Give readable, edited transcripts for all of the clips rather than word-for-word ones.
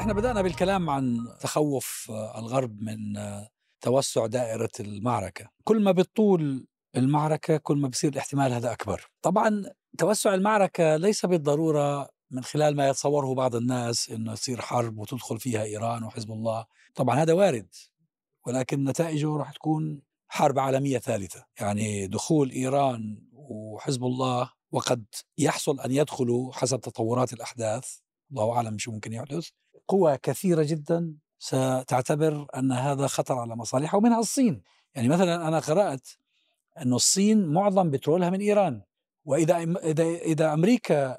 احنا بدأنا بالكلام عن تخوف الغرب من توسع دائرة المعركة. كل ما بتطول المعركة كل ما بصير الاحتمال هذا أكبر. طبعا توسع المعركة ليس بالضرورة من خلال ما يتصوره بعض الناس إنه يصير حرب وتدخل فيها إيران وحزب الله. طبعا هذا وارد، ولكن نتائجه راح تكون حرب عالمية ثالثة، يعني دخول إيران وحزب الله، وقد يحصل أن يدخلوا حسب تطورات الأحداث، الله أعلم شو ممكن يحدث. قوى كثيرة جدا ستعتبر أن هذا خطر على مصالحها، ومنها الصين. يعني مثلا أنا قرأت أن الصين معظم بترولها من إيران، وإذا إذا أمريكا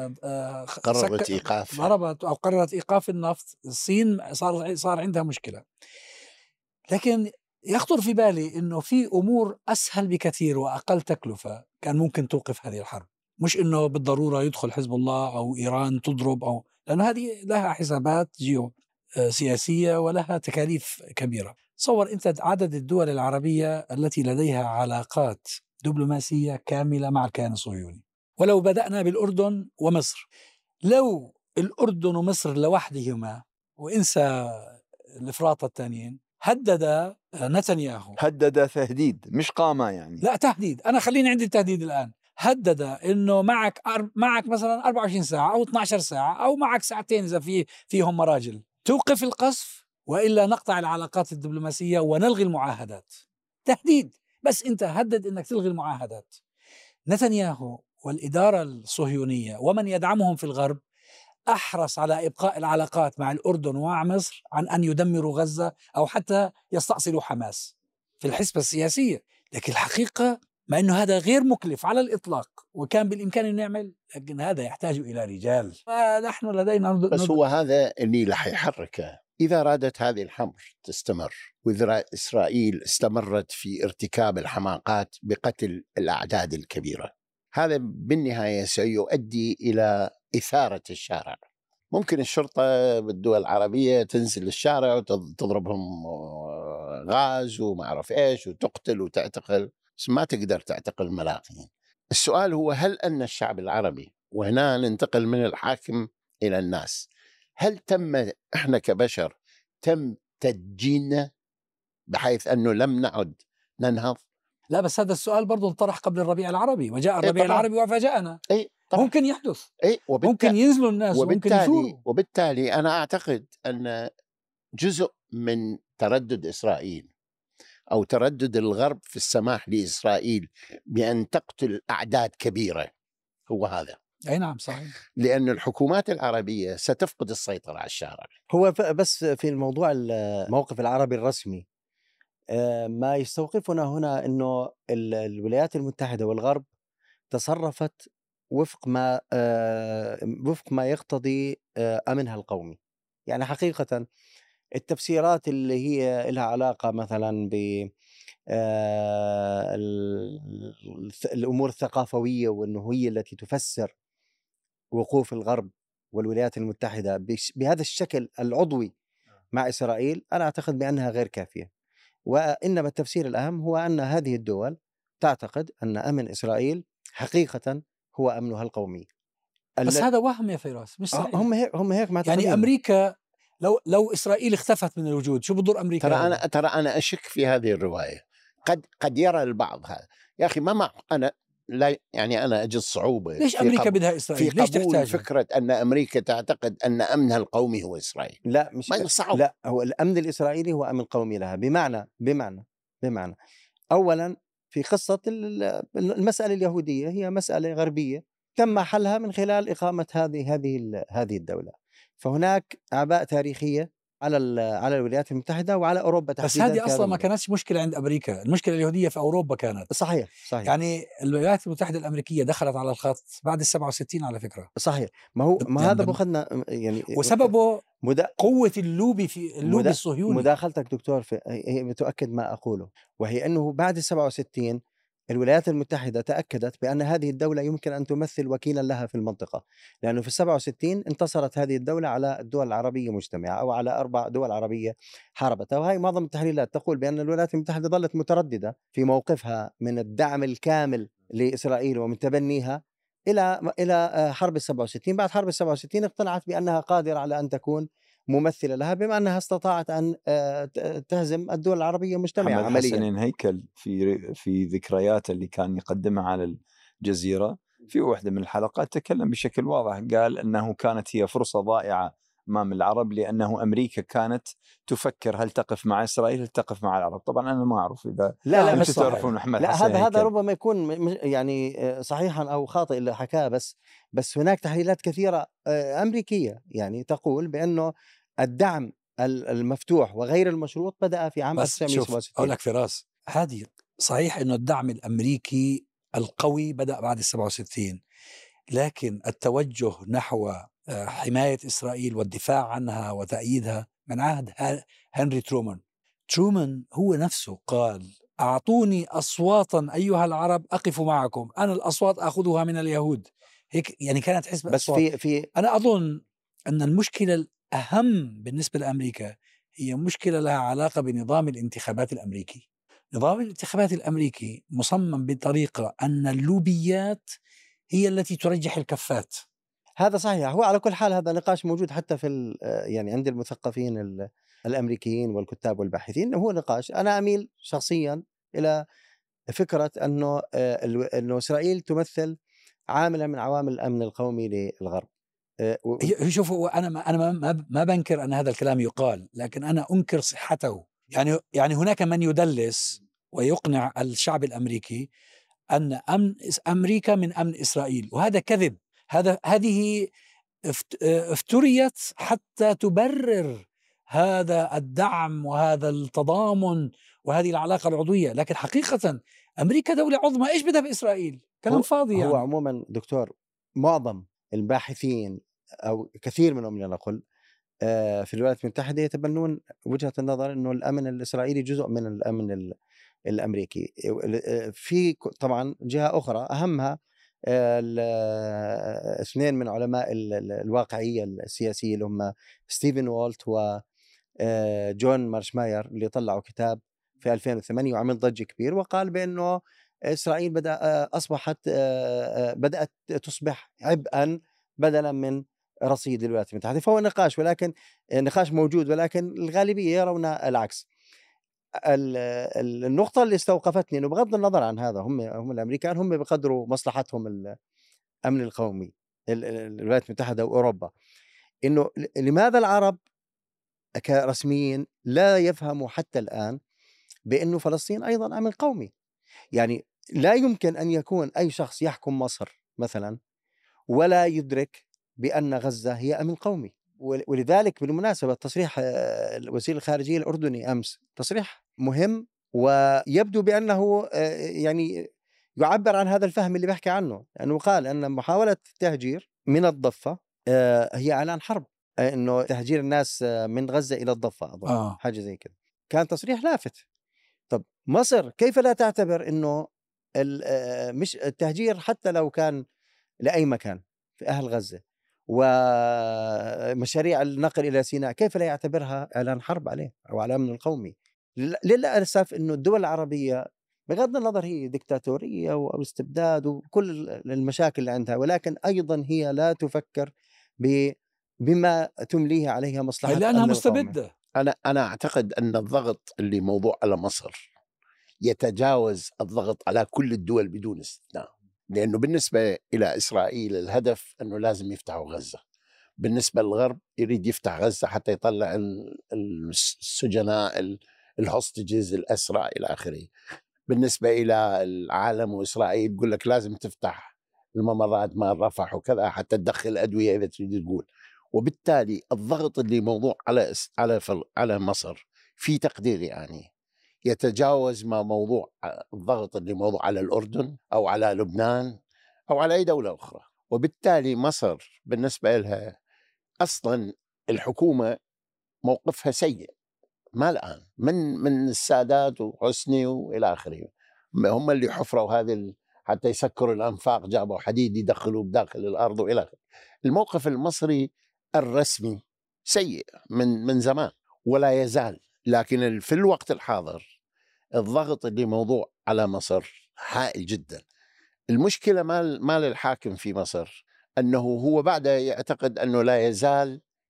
قررت إيقاف ضربت أو قررت إيقاف النفط، الصين صار عندها مشكلة. لكن يخطر في بالي أنه في أمور أسهل بكثير وأقل تكلفة كان ممكن توقف هذه الحرب، مش أنه بالضرورة يدخل حزب الله أو إيران تضرب، أو لأنه هذه لها حسابات سياسية ولها تكاليف كبيرة. تصور أنت عدد الدول العربية التي لديها علاقات دبلوماسية كاملة مع الكيان الصهيوني. ولو بدأنا بالأردن ومصر، لو الأردن ومصر لوحدهما وإنسى الإفراط الثانيين، هدد نتنياهو، هدد تهديد مش قامة يعني، لا تهديد، أنا خليني عندي التهديد الآن. هدد إنه معك مثلا 24 ساعة أو 12 ساعة أو معك ساعتين إذا فيهم مراجل، توقف القصف وإلا نقطع العلاقات الدبلوماسية ونلغي المعاهدات. تهديد، بس أنت هدد إنك تلغي المعاهدات. نتنياهو والإدارة الصهيونية ومن يدعمهم في الغرب أحرص على إبقاء العلاقات مع الأردن ومع مصر عن أن يدمروا غزة أو حتى يستأصلوا حماس في الحسبة السياسية. لكن الحقيقة ما أنه هذا غير مكلف على الإطلاق، وكان بالإمكان أن نعمل، لكن هذا يحتاج إلى رجال، فنحن لدينا بس هو هذا اللي رح يحركه. إذا أرادت هذه الحرب تستمر، وإذا إسرائيل استمرت في ارتكاب الحماقات بقتل الأعداد الكبيرة، هذا بالنهاية سيؤدي إلى إثارة الشارع. ممكن الشرطة بالدول العربية تنزل الشارع وتضربهم غاز وما أعرف إيش وتقتل وتعتقل، بس ما تقدر تعتقل ملايين. السؤال هو هل أن الشعب العربي، وهنا ننتقل من الحاكم إلى الناس، هل تم إحنا كبشر تم تدجيننا بحيث أنه لم نعد ننهض؟ لا، بس هذا السؤال برضو انطرح قبل الربيع العربي، وجاء الربيع العربي وفاجأنا. ممكن يحدث، ممكن ينزلوا الناس وممكن يثوروا. وبالتالي أنا أعتقد أن جزء من تردد إسرائيل أو تردد الغرب في السماح لإسرائيل بأن تقتل أعداد كبيرة هو هذا. أي نعم صحيح، لأن الحكومات العربية ستفقد السيطرة على الشارع. هو بس في الموضوع الموقف العربي الرسمي، ما يستوقفنا هنا أنه الولايات المتحدة والغرب تصرفت وفق ما يقتضي أمنها القومي. يعني حقيقة التفسيرات اللي هي لها علاقة مثلا ب الأمور الثقافوية، وأنه هي التي تفسر وقوف الغرب والولايات المتحدة بهذا الشكل العضوي مع إسرائيل، أنا أعتقد بأنها غير كافية. وإنما التفسير الأهم هو أن هذه الدول تعتقد أن أمن إسرائيل حقيقة هو أمنها القومي. بس هذا وهم يا فراس، مش صحيح. هم هيك معتقدين. يعني أمريكا لو إسرائيل اختفت من الوجود، شو بضر أمريكا؟ ترى أنا أشك في هذه الرواية. قد يرى البعض هذا. يا أخي ما أنا لا، يعني أنا أجد صعوبة. ليش أمريكا بدها إسرائيل؟ في قبول فكرة أن أمريكا تعتقد أن أمنها القومي هو إسرائيل. لا، مش صعب. لا، هو الأمن الإسرائيلي هو أمن قومي لها، بمعنى أولا في قصة المسألة اليهودية، هي مسألة غربية تم حلها من خلال إقامة هذه الدولة. فهناك أعباء تاريخية على الولايات المتحدة وعلى أوروبا تحديدا. بس هذه أصلا ما كانتش مشكلة عند أمريكا، المشكلة اليهودية في أوروبا كانت. صحيح. يعني الولايات المتحدة الأمريكية دخلت على الخط بعد 67 على فكرة. صحيح. ما هذا بأخذنا يعني، وسببه قوة اللوبي الصهيوني. مداخلتك دكتور هي بتؤكد ما أقوله، وهي أنه بعد 67 الولايات المتحدة تأكدت بأن هذه الدولة يمكن أن تمثل وكيلا لها في المنطقة، لأنه في 67 انتصرت هذه الدولة على الدول العربية مجتمعة، أو على 4 دول عربية حاربتها. وهي معظم التحليلات تقول بأن الولايات المتحدة ظلت مترددة في موقفها من الدعم الكامل لإسرائيل ومن تبنيها إلى حرب 67. بعد حرب 67 اقتنعت بأنها قادرة على أن تكون ممثلة لها، بما أنها استطاعت أن تهزم الدول العربية مجتمعة محمد عمليا. حسنين هيكل في ذكرياته اللي كان يقدمها على الجزيرة في واحدة من الحلقات تكلم بشكل واضح، قال أنه كانت هي فرصة ضائعة أمام العرب، لأنه أمريكا كانت تفكر هل تقف مع إسرائيل هل تقف مع العرب. طبعا أنا ما أعرف إذا لا أنتم مش صحيح. تعرفون محمد لا حسنين هذا هيكل. ربما يكون يعني صحيحا أو خاطئ اللي حكاه، بس هناك تحليلات كثيرة أمريكية يعني تقول بأنه الدعم المفتوح وغير المشروط بدأ في عام بس شوف 1967. أقول لك فراس، هذه صحيح إنه الدعم الأمريكي القوي بدأ بعد 67، لكن التوجه نحو حماية إسرائيل والدفاع عنها وتأييدها من عهد هنري ترومان. ترومان هو نفسه قال: أعطوني أصواتا أيها العرب أقف معكم، أنا الأصوات أخذها من اليهود. هيك يعني كانت حسب بس أصوات. في أنا أظن أن المشكلة الأهم بالنسبة لأمريكا هي مشكلة لها علاقة بنظام الانتخابات الأمريكي. نظام الانتخابات الأمريكي مصمم بطريقة أن اللوبيات هي التي ترجح الكفات. هذا صحيح. هو على كل حال هذا نقاش موجود حتى في يعني عند المثقفين الأمريكيين والكتاب والباحثين. هو نقاش أنا أميل شخصيا إلى فكرة أنه إسرائيل تمثل عاملا من عوامل الأمن القومي للغرب. شوفوا، أنا ما بنكر أن هذا الكلام يقال، لكن أنا أنكر صحته. يعني هناك من يدلس ويقنع الشعب الأمريكي أن أمن أمريكا من أمن إسرائيل، وهذا كذب. هذه افتريت حتى تبرر هذا الدعم وهذا التضامن وهذه العلاقة العضوية، لكن حقيقة أمريكا دولة عظمى، إيش بدها بإسرائيل؟ كلام فاضي يعني. هو عموما دكتور معظم الباحثين أو كثير منهم لنقل في الولايات المتحدة يتبنون وجهة النظر أنه الأمن الإسرائيلي جزء من الأمن الأمريكي. في طبعا جهة أخرى أهمها اثنين من علماء الواقعية السياسية اللي هم ستيفن والت وجون مارشماير، اللي طلعوا كتاب في 2008 وعمل ضجة كبير، وقال بأنه إسرائيل بدأت تصبح عبئا بدلا من رصيد الولايات المتحدة. فهو نقاش، ولكن نقاش موجود، ولكن الغالبية يرون العكس. النقطة اللي استوقفتني انه بغض النظر عن هذا هم الامريكان هم بقدروا مصلحتهم الامن القومي الولايات المتحدة واوروبا، انه لماذا العرب كرسميين لا يفهموا حتى الان بانه فلسطين ايضا امن قومي؟ يعني لا يمكن ان يكون اي شخص يحكم مصر مثلا ولا يدرك بان غزة هي امن قومي. ولذلك بالمناسبة تصريح وزير الخارجية الأردني أمس تصريح مهم، ويبدو بأنه يعني يعبر عن هذا الفهم اللي بحكي عنه، لأنه قال أن محاولة التهجير من الضفة هي إعلان حرب، أنه تهجير الناس من غزة إلى الضفة أظن حاجة زي كده. كان تصريح لافت. طب مصر كيف لا تعتبر أنه مش التهجير حتى لو كان لأي مكان في أهل غزة ومشاريع النقل إلى سيناء، كيف لا يعتبرها إعلان حرب عليه أو على الأمن القومي؟ للأسف أنه الدول العربية بغض النظر هي ديكتاتورية أو استبداد وكل المشاكل اللي عندها، ولكن أيضا هي لا تفكر بما تمليه عليها مصلحة لأنها مستبدة. أنا أعتقد أن الضغط اللي موضوع على مصر يتجاوز الضغط على كل الدول بدون استثناء، لأنه بالنسبة إلى إسرائيل الهدف أنه لازم يفتحوا غزة، بالنسبة للغرب يريد يفتح غزة حتى يطلع السجناء الهوستجز الأسرى إلى آخره. بالنسبة إلى العالم وإسرائيل يقول لك لازم تفتح الممرات مال رفح وكذا حتى تدخل أدوية إذا تريد تقول. وبالتالي الضغط اللي موضوع على مصر في تقديري يعني يتجاوز ما موضوع الضغط اللي موضوع على الأردن أو على لبنان أو على أي دولة أخرى. وبالتالي مصر بالنسبة لها أصلا الحكومة موقفها سيء ما الآن من السادات وحسني وإلى آخره، هم اللي حفروا هذه حتى يسكروا الأنفاق، جابوا حديد يدخلوه بداخل الأرض وإلى آخره. الموقف المصري الرسمي سيء من زمان ولا يزال، لكن في الوقت الحاضر الضغط اللي موضوع على مصر هائل جدا. المشكلة ما للحاكم في مصر أنه هو بعد يعتقد أنه لا يزال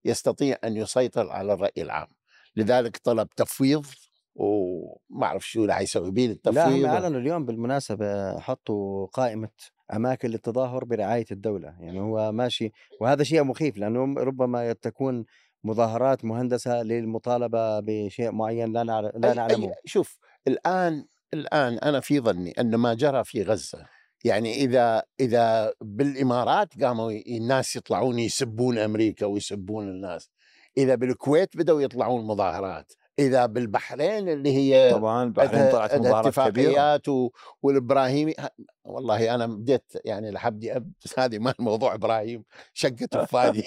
يستطيع أن يسيطر على الرأي العام. لذلك طلب تفويض، وما أعرف شو اللي حيسوي به لا، هم التفويض. اعلنوا اليوم بالمناسبه، حطوا قائمه اماكن للتظاهر برعايه الدوله، يعني هو ماشي. وهذا شيء مخيف، لانه ربما تكون مظاهرات مهندسه للمطالبه بشيء معين لا نعلمه. شوف، الآن أنا في ظني أن ما جرى في غزة، يعني إذا بالإمارات قاموا الناس يطلعون يسبون أمريكا ويسبون الناس، إذا بالكويت بدأوا يطلعون مظاهرات، إذا بالبحرين اللي هي طبعا البحرين طلعت مظاهرات كبيرة، اتفاقيات والإبراهيمي، والله أنا بديت يعني لحبدي هذه ما الموضوع إبراهيم شقة فادي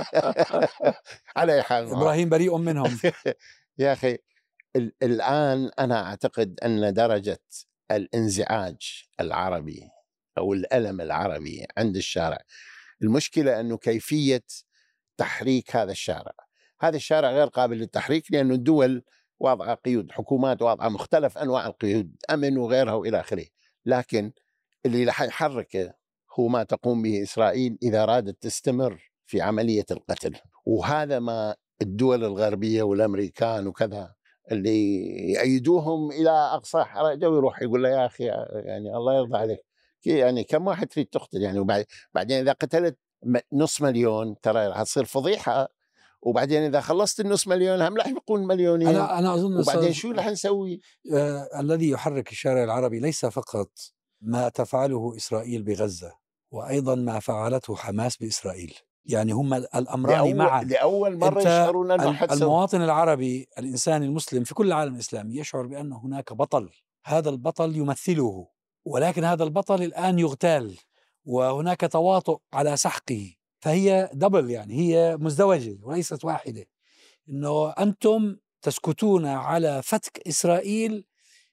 على أي حال إبراهيم بريء منهم. يا أخي، الآن أنا أعتقد أن درجة الانزعاج العربي أو الألم العربي عند الشارع، المشكلة أنه كيفية تحريك هذا الشارع غير قابل للتحريك، لأن الدول واضعة قيود، حكومات واضعة مختلف أنواع القيود، أمن وغيرها وإلى آخره. لكن اللي رح يحركه هو ما تقوم به إسرائيل إذا أرادت تستمر في عملية القتل. وهذا ما الدول الغربية والأمريكان وكذا اللي يأيدوهم إلى أقصى حرجة، ويروح يقول له يا أخي يعني الله يرضى عليك، يعني كم واحد تريد تقتل يعني؟ وبعدين إذا قتلت 500,000 ترى راح تصير فضيحة، وبعدين إذا خلصت ال500,000 هم لا يبقون مليونين. أنا أظن وبعدين شو رح نسوي؟ الذي يحرك الشارع العربي ليس فقط ما تفعله إسرائيل بغزة، وأيضا ما فعلته حماس بإسرائيل. يعني هم الأمران معا. لأول مرة يشعرون أنه المواطن العربي، الإنسان المسلم في كل العالم الإسلامي يشعر بأن هناك بطل، هذا البطل يمثله، ولكن هذا البطل الآن يغتال وهناك تواطؤ على سحقه. فهي دبل، يعني هي مزدوجة وليست واحدة، إنه أنتم تسكتون على فتك إسرائيل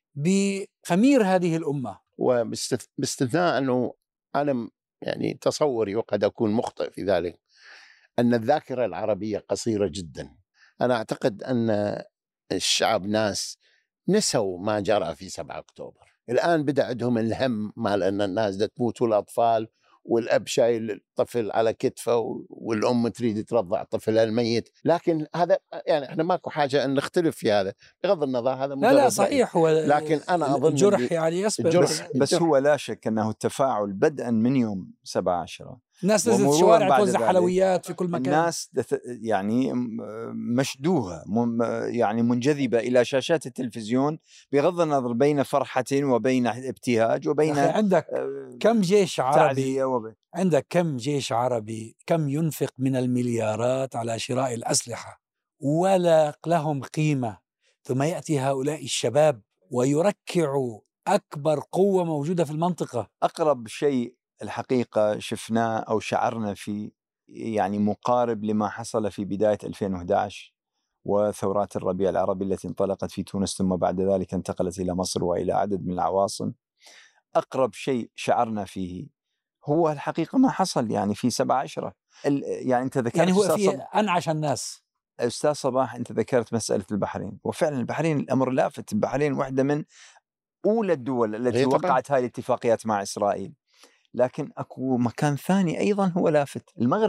بخمير هذه الأمة. وباستثناء أنه أنا يعني تصوري، وقد أكون مخطئ في ذلك، أن الذاكرة العربية قصيرة جدا. أنا أعتقد أن الشعب ناس نسوا ما جرى في 7 أكتوبر. الآن بدأ عندهم الهم مال أن الناس دا تموت، والأطفال، والأب شايل الطفل على كتفه، والأم تريد ترضع طفلها الميت. لكن هذا يعني احنا ماكو حاجة أن نختلف في هذا، بغض النظر هذا مجرد لا صحيح، هو لكن أنا أظن الجرح يعني يسبق. بس هو لا شك أنه التفاعل بدءا من يوم 7/10 الناس نزلت الشوارع توزع حلويات في كل مكان، الناس يعني مشدوها، يعني منجذبة إلى شاشات التلفزيون، بغض النظر بين فرحة وبين ابتهاج وبين عندك كم جيش عربي، عندك كم جيش عربي، كم ينفق من المليارات على شراء الأسلحة ولا لهم قيمة، ثم يأتي هؤلاء الشباب ويركعوا أكبر قوة موجودة في المنطقة. أقرب شيء الحقيقة شفناه أو شعرنا فيه يعني مقارب لما حصل في بداية 2011 وثورات الربيع العربي التي انطلقت في تونس ثم بعد ذلك انتقلت إلى مصر وإلى عدد من العواصم. أقرب شيء شعرنا فيه هو الحقيقة ما حصل يعني في 7/10. يعني أنت ذكرت يعني هو فيه أنعش الناس. أستاذ صباح، أنت ذكرت مسألة البحرين، وفعلا البحرين الأمر لافت. البحرين واحدة من أولى الدول التي وقعت هذه الاتفاقيات مع إسرائيل، لكن أكو مكان ثاني أيضا هو لافت،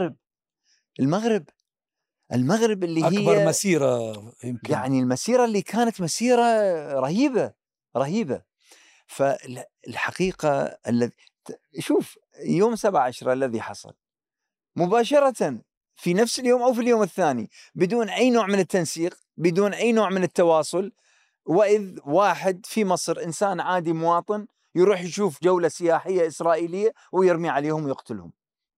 المغرب اللي أكبر هي مسيرة يمكن، يعني المسيرة اللي كانت مسيرة رهيبة. فالحقيقة شوف يوم 7/10 الذي حصل مباشرة في نفس اليوم أو في اليوم الثاني، بدون أي نوع من التنسيق، بدون أي نوع من التواصل، وإذ واحد في مصر إنسان عادي مواطن يروح يشوف جولة سياحية إسرائيلية ويرمي عليهم ويقتلهم.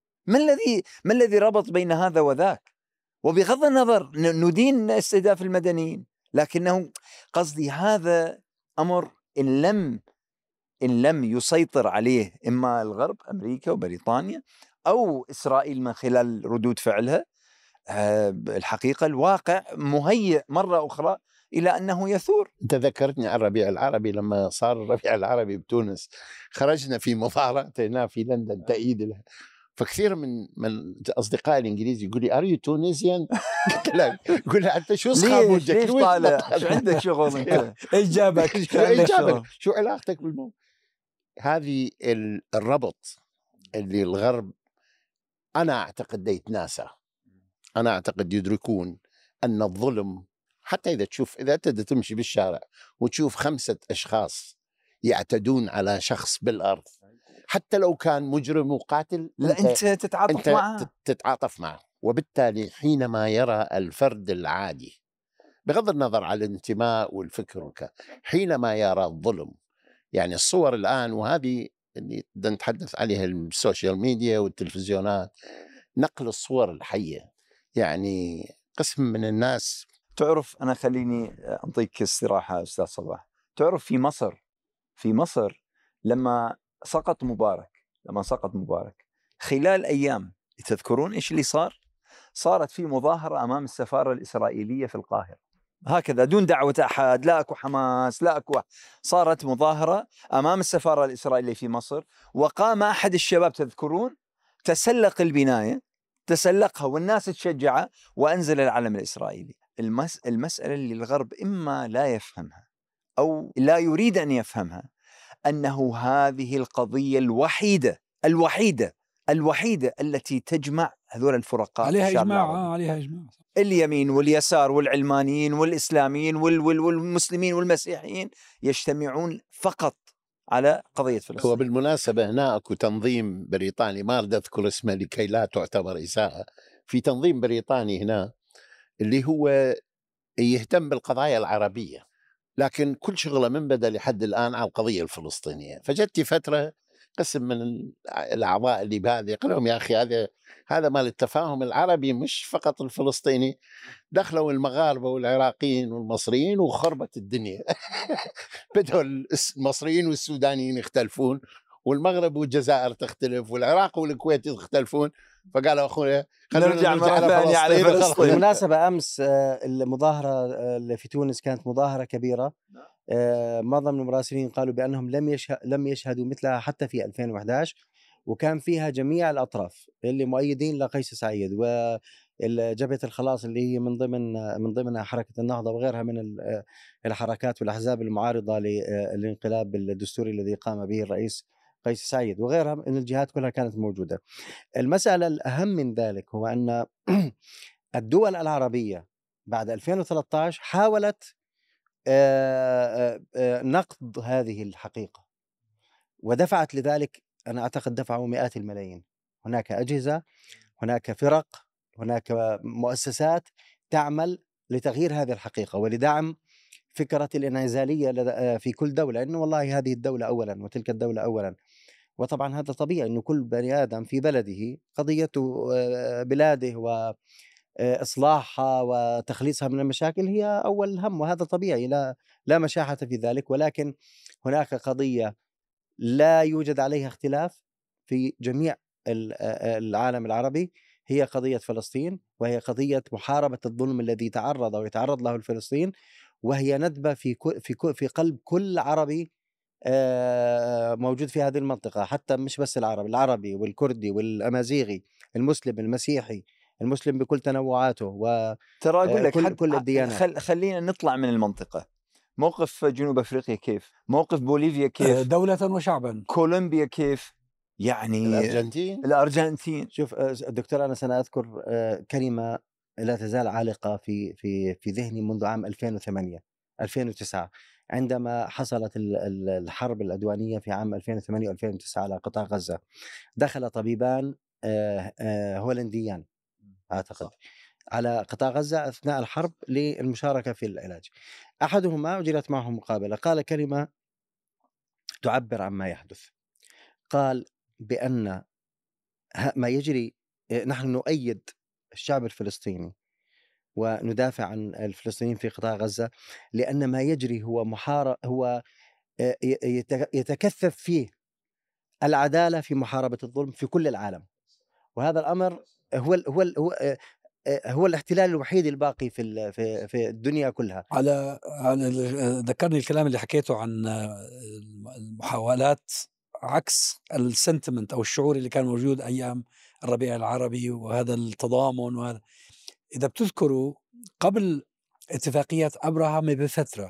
ما الذي ربط بين هذا وذاك؟ وبغض النظر ندين استهداف المدنيين، لكنه قصدي هذا أمر إن لم يسيطر عليه إما الغرب أمريكا وبريطانيا أو إسرائيل من خلال ردود فعلها، الحقيقة الواقع مهيئ مرة أخرى إلى أنه يثور. أنت ذكرتني عن الربيع العربي. لما صار الربيع العربي بتونس خرجنا في مظاهرة هنا في لندن تأييد له، فكثير من أصدقائي الإنجليز يقول لي أريو تونيزيان؟ قلت له أنت شو ليش طالع؟ شو عندك شغل أنت؟ إيش جابك؟ شو علاقتك بالموضوع؟ هذه الربط اللي الغرب أنا أعتقد يتناسى أنا أعتقد يدركون أن الظلم، حتى إذا أنت تمشي بالشارع وتشوف 5 أشخاص يعتدون على شخص بالأرض، حتى لو كان مجرم وقاتل، لا أنت تتعاطف معه، تتعاطف معه. وبالتالي حينما يرى الفرد العادي، بغض النظر عن الانتماء والفكر حينما يرى الظلم، يعني الصور الآن، وهذه اللي نتحدث عليها السوشيال ميديا والتلفزيونات، نقل الصور الحية، يعني قسم من الناس. تعرف أنا خليني أعطيك استراحة أستاذ صباح. تعرف في مصر لما سقط مبارك خلال أيام، تذكرون إيش اللي صارت في مظاهرة أمام السفارة الإسرائيلية في القاهرة، هكذا دون دعوة أحد، لا أكو حماس لا أكو، صارت مظاهرة أمام السفارة الإسرائيلية في مصر، وقام أحد الشباب تذكرون تسلق البناية، تسلقها والناس تشجعه وأنزل العلم الإسرائيلي. المسألة اللي الغرب إما لا يفهمها أو لا يريد أن يفهمها، أنه هذه القضية الوحيدة التي تجمع هذول الفرقاء، عليها إجماع، عليها إجماع، اليمين واليسار والعلمانيين والإسلاميين والمسلمين والمسيحيين يجتمعون فقط على قضية فلسطين. هو بالمناسبة هنا أكو تنظيم بريطاني، ما أريد أذكر اسمه لكي لا تعتبر إساءة، في تنظيم بريطاني هنا اللي هو يهتم بالقضايا العربية، لكن كل شغله من بدأ لحد الآن على القضية الفلسطينية. فجت فترة قسم من الأعضاء اللي بهذه قال لهم يا أخي هذا مال التفاهم العربي مش فقط الفلسطيني، دخلوا المغاربة والعراقيين والمصريين وخربت الدنيا. بدأوا المصريين والسودانيين يختلفون، والمغرب والجزائر تختلف، والعراق والكويت يختلفون، فقالوا أخويا خلينا نرجع مرة ثانية على فلسطين. بالمناسبة أمس المظاهرة اللي في تونس كانت مظاهرة كبيرة، معظم المراسلين قالوا بأنهم لم يشهدوا مثلها حتى في 2011، وكان فيها جميع الأطراف اللي مؤيدين لقيس سعيد وجبهة الخلاص اللي هي من ضمنها حركة النهضة وغيرها من الحركات والأحزاب المعارضة للانقلاب الدستوري الذي قام به الرئيس قيس سعيد، وغيرها من الجهات كلها كانت موجودة. المسألة الأهم من ذلك هو أن الدول العربية بعد 2013 حاولت نقد هذه الحقيقة، ودفعت لذلك، أنا أعتقد دفعوا مئات الملايين. هناك أجهزة، هناك فرق، هناك مؤسسات تعمل لتغيير هذه الحقيقة ولدعم فكرة الانعزالية في كل دولة، إنه والله هذه الدولة أولا وتلك الدولة أولا. وطبعا هذا طبيعي، إنه كل بني آدم في بلده قضيته بلاده وإصلاحها وتخليصها من المشاكل هي أول هم، وهذا طبيعي، لا مشاحة في ذلك. ولكن هناك قضية لا يوجد عليها اختلاف في جميع العالم العربي، هي قضية فلسطين، وهي قضية محاربة الظلم الذي تعرض ويتعرض له الفلسطين، وهي ندبة في قلب كل عربي موجود في هذه المنطقة، حتى مش بس العربي والكردي والأمازيغي، المسلم المسيحي، المسلم بكل تنوعاته، ترى أقول لك كل الديانات. خلينا نطلع من المنطقة. موقف جنوب أفريقيا كيف؟ موقف بوليفيا كيف؟ دولة وشعبا. كولومبيا كيف؟ يعني الأرجنتين. شوف دكتور، أنا سأذكر كلمة لا تزال عالقة في ذهني منذ عام 2008-2009 عندما حصلت الحرب العدوانية في عام 2008 و2009 على قطاع غزة. دخل طبيبان هولنديان أعتقد على قطاع غزة أثناء الحرب للمشاركة في العلاج. أحدهما أجرت معه مقابلة، قال كلمة تعبر عما يحدث. قال بأن ما يجري، نحن نؤيد الشعب الفلسطيني وندافع عن الفلسطينيين في قطاع غزة، لأن ما يجري هو يتكثف فيه العدالة في محاربة الظلم في كل العالم، وهذا الأمر هو الاحتلال الوحيد الباقي في الدنيا كلها. على ذكرني الكلام اللي حكيته عن المحاولات عكس السنتمنت أو الشعور اللي كان موجود أيام الربيع العربي، وهذا التضامن. وهذا إذا بتذكروا قبل اتفاقية أبراهام بفترة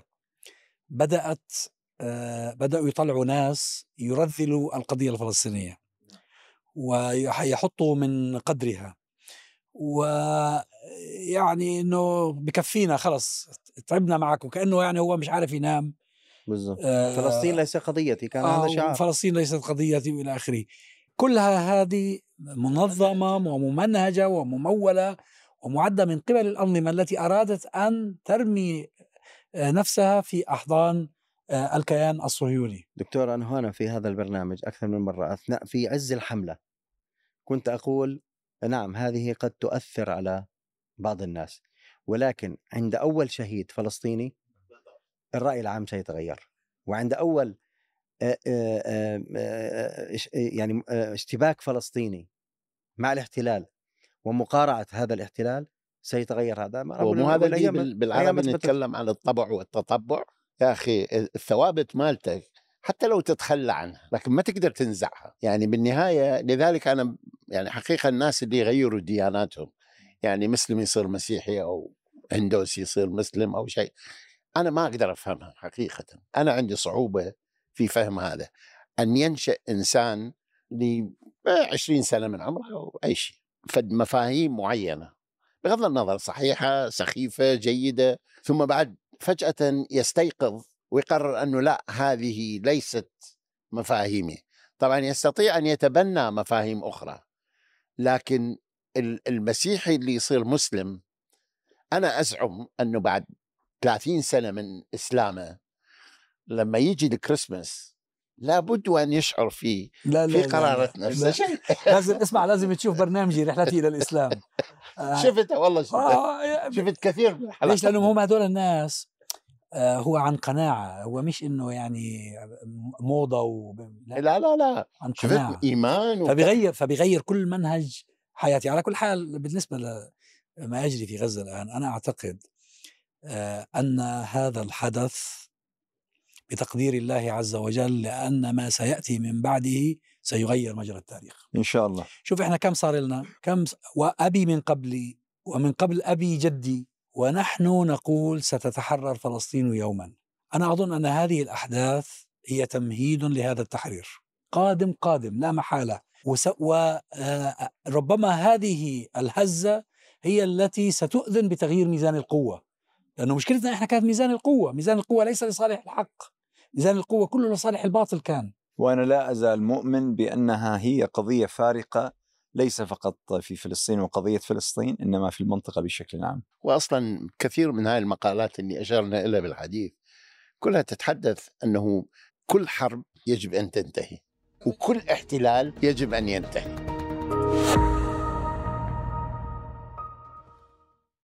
بدأوا يطلعوا ناس يرذلوا القضية الفلسطينية ويحطوا من قدرها، ويعني انه بكفينا خلص تعبنا معك، وكأنه يعني هو مش عارف ينام. بالضبط. فلسطين ليس قضيتي، كان هذا شعار فلسطين ليست قضيتي والى اخره. كلها هذه منظمة وممنهجة وممولة ومعدة من قبل الأنظمة التي أرادت أن ترمي نفسها في أحضان الكيان الصهيوني. دكتور، أنا هنا في هذا البرنامج أكثر من مرة أثناء في عز الحملة كنت أقول نعم هذه قد تؤثر على بعض الناس، ولكن عند أول شهيد فلسطيني الرأي العام سيتغير، وعند أول يعني اشتباك فلسطيني مع الاحتلال ومقارعة هذا الاحتلال سيتغير هذا. ومو هذا اللي بالعربي نتكلم عن الطبع والتطبع. يا أخي الثوابت مالتك حتى لو تتخلى عنها لكن ما تقدر تنزعها يعني بالنهاية. لذلك أنا يعني حقيقة الناس اللي يغيروا دياناتهم، يعني مسلم يصير مسيحي أو هندوسي يصير مسلم أو شيء، أنا ما أقدر أفهمها حقيقة. أنا عندي صعوبة في فهم هذا، أن ينشأ إنسان ل 20 سنة من عمره أو أي شيء فد مفاهيم معينة بغض النظر صحيحة سخيفة جيدة، ثم بعد فجأة يستيقظ ويقرر أنه لا هذه ليست مفاهيمي. طبعا يستطيع أن يتبنى مفاهيم أخرى، لكن المسيحي اللي يصير مسلم أنا أزعم أنه بعد 30 سنة من إسلامه لما يجي الكريسماس لابد أن يشعر في قرارة نفسه. لازم اسمع، لازم تشوف برنامجي رحلتي إلى الإسلام. شفته والله شفت كثير من الحلقات. ليش؟ لأنهم هم هذول الناس هو عن قناعة، هو مش إنه يعني موضة لا عن قناعة إيمان فبيغير كل منهج حياتي. على كل حال بالنسبة لما يجري في غزة الآن، أنا أعتقد أن هذا الحدث بتقدير الله عز وجل، لأن ما سيأتي من بعده سيغير مجرى التاريخ إن شاء الله. شوف إحنا كم صار لنا، وأبي من قبلي ومن قبل أبي جدي، ونحن نقول ستتحرر فلسطين يوما. أنا أظن أن هذه الأحداث هي تمهيد لهذا التحرير قادم لا محالة. وربما هذه الهزة هي التي ستؤذن بتغيير ميزان القوة، لأنه مشكلتنا إحنا كانت ميزان القوة ليس لصالح الحق، ميزان القوة كله لصالح الباطل كان. وأنا لا أزال مؤمن بأنها هي قضية فارقة، ليس فقط في فلسطين وقضية فلسطين، إنما في المنطقة بشكل عام. وأصلا كثير من هذه المقالات اللي أشرنا إليها بالحديث كلها تتحدث أنه كل حرب يجب أن تنتهي وكل احتلال يجب أن ينتهي.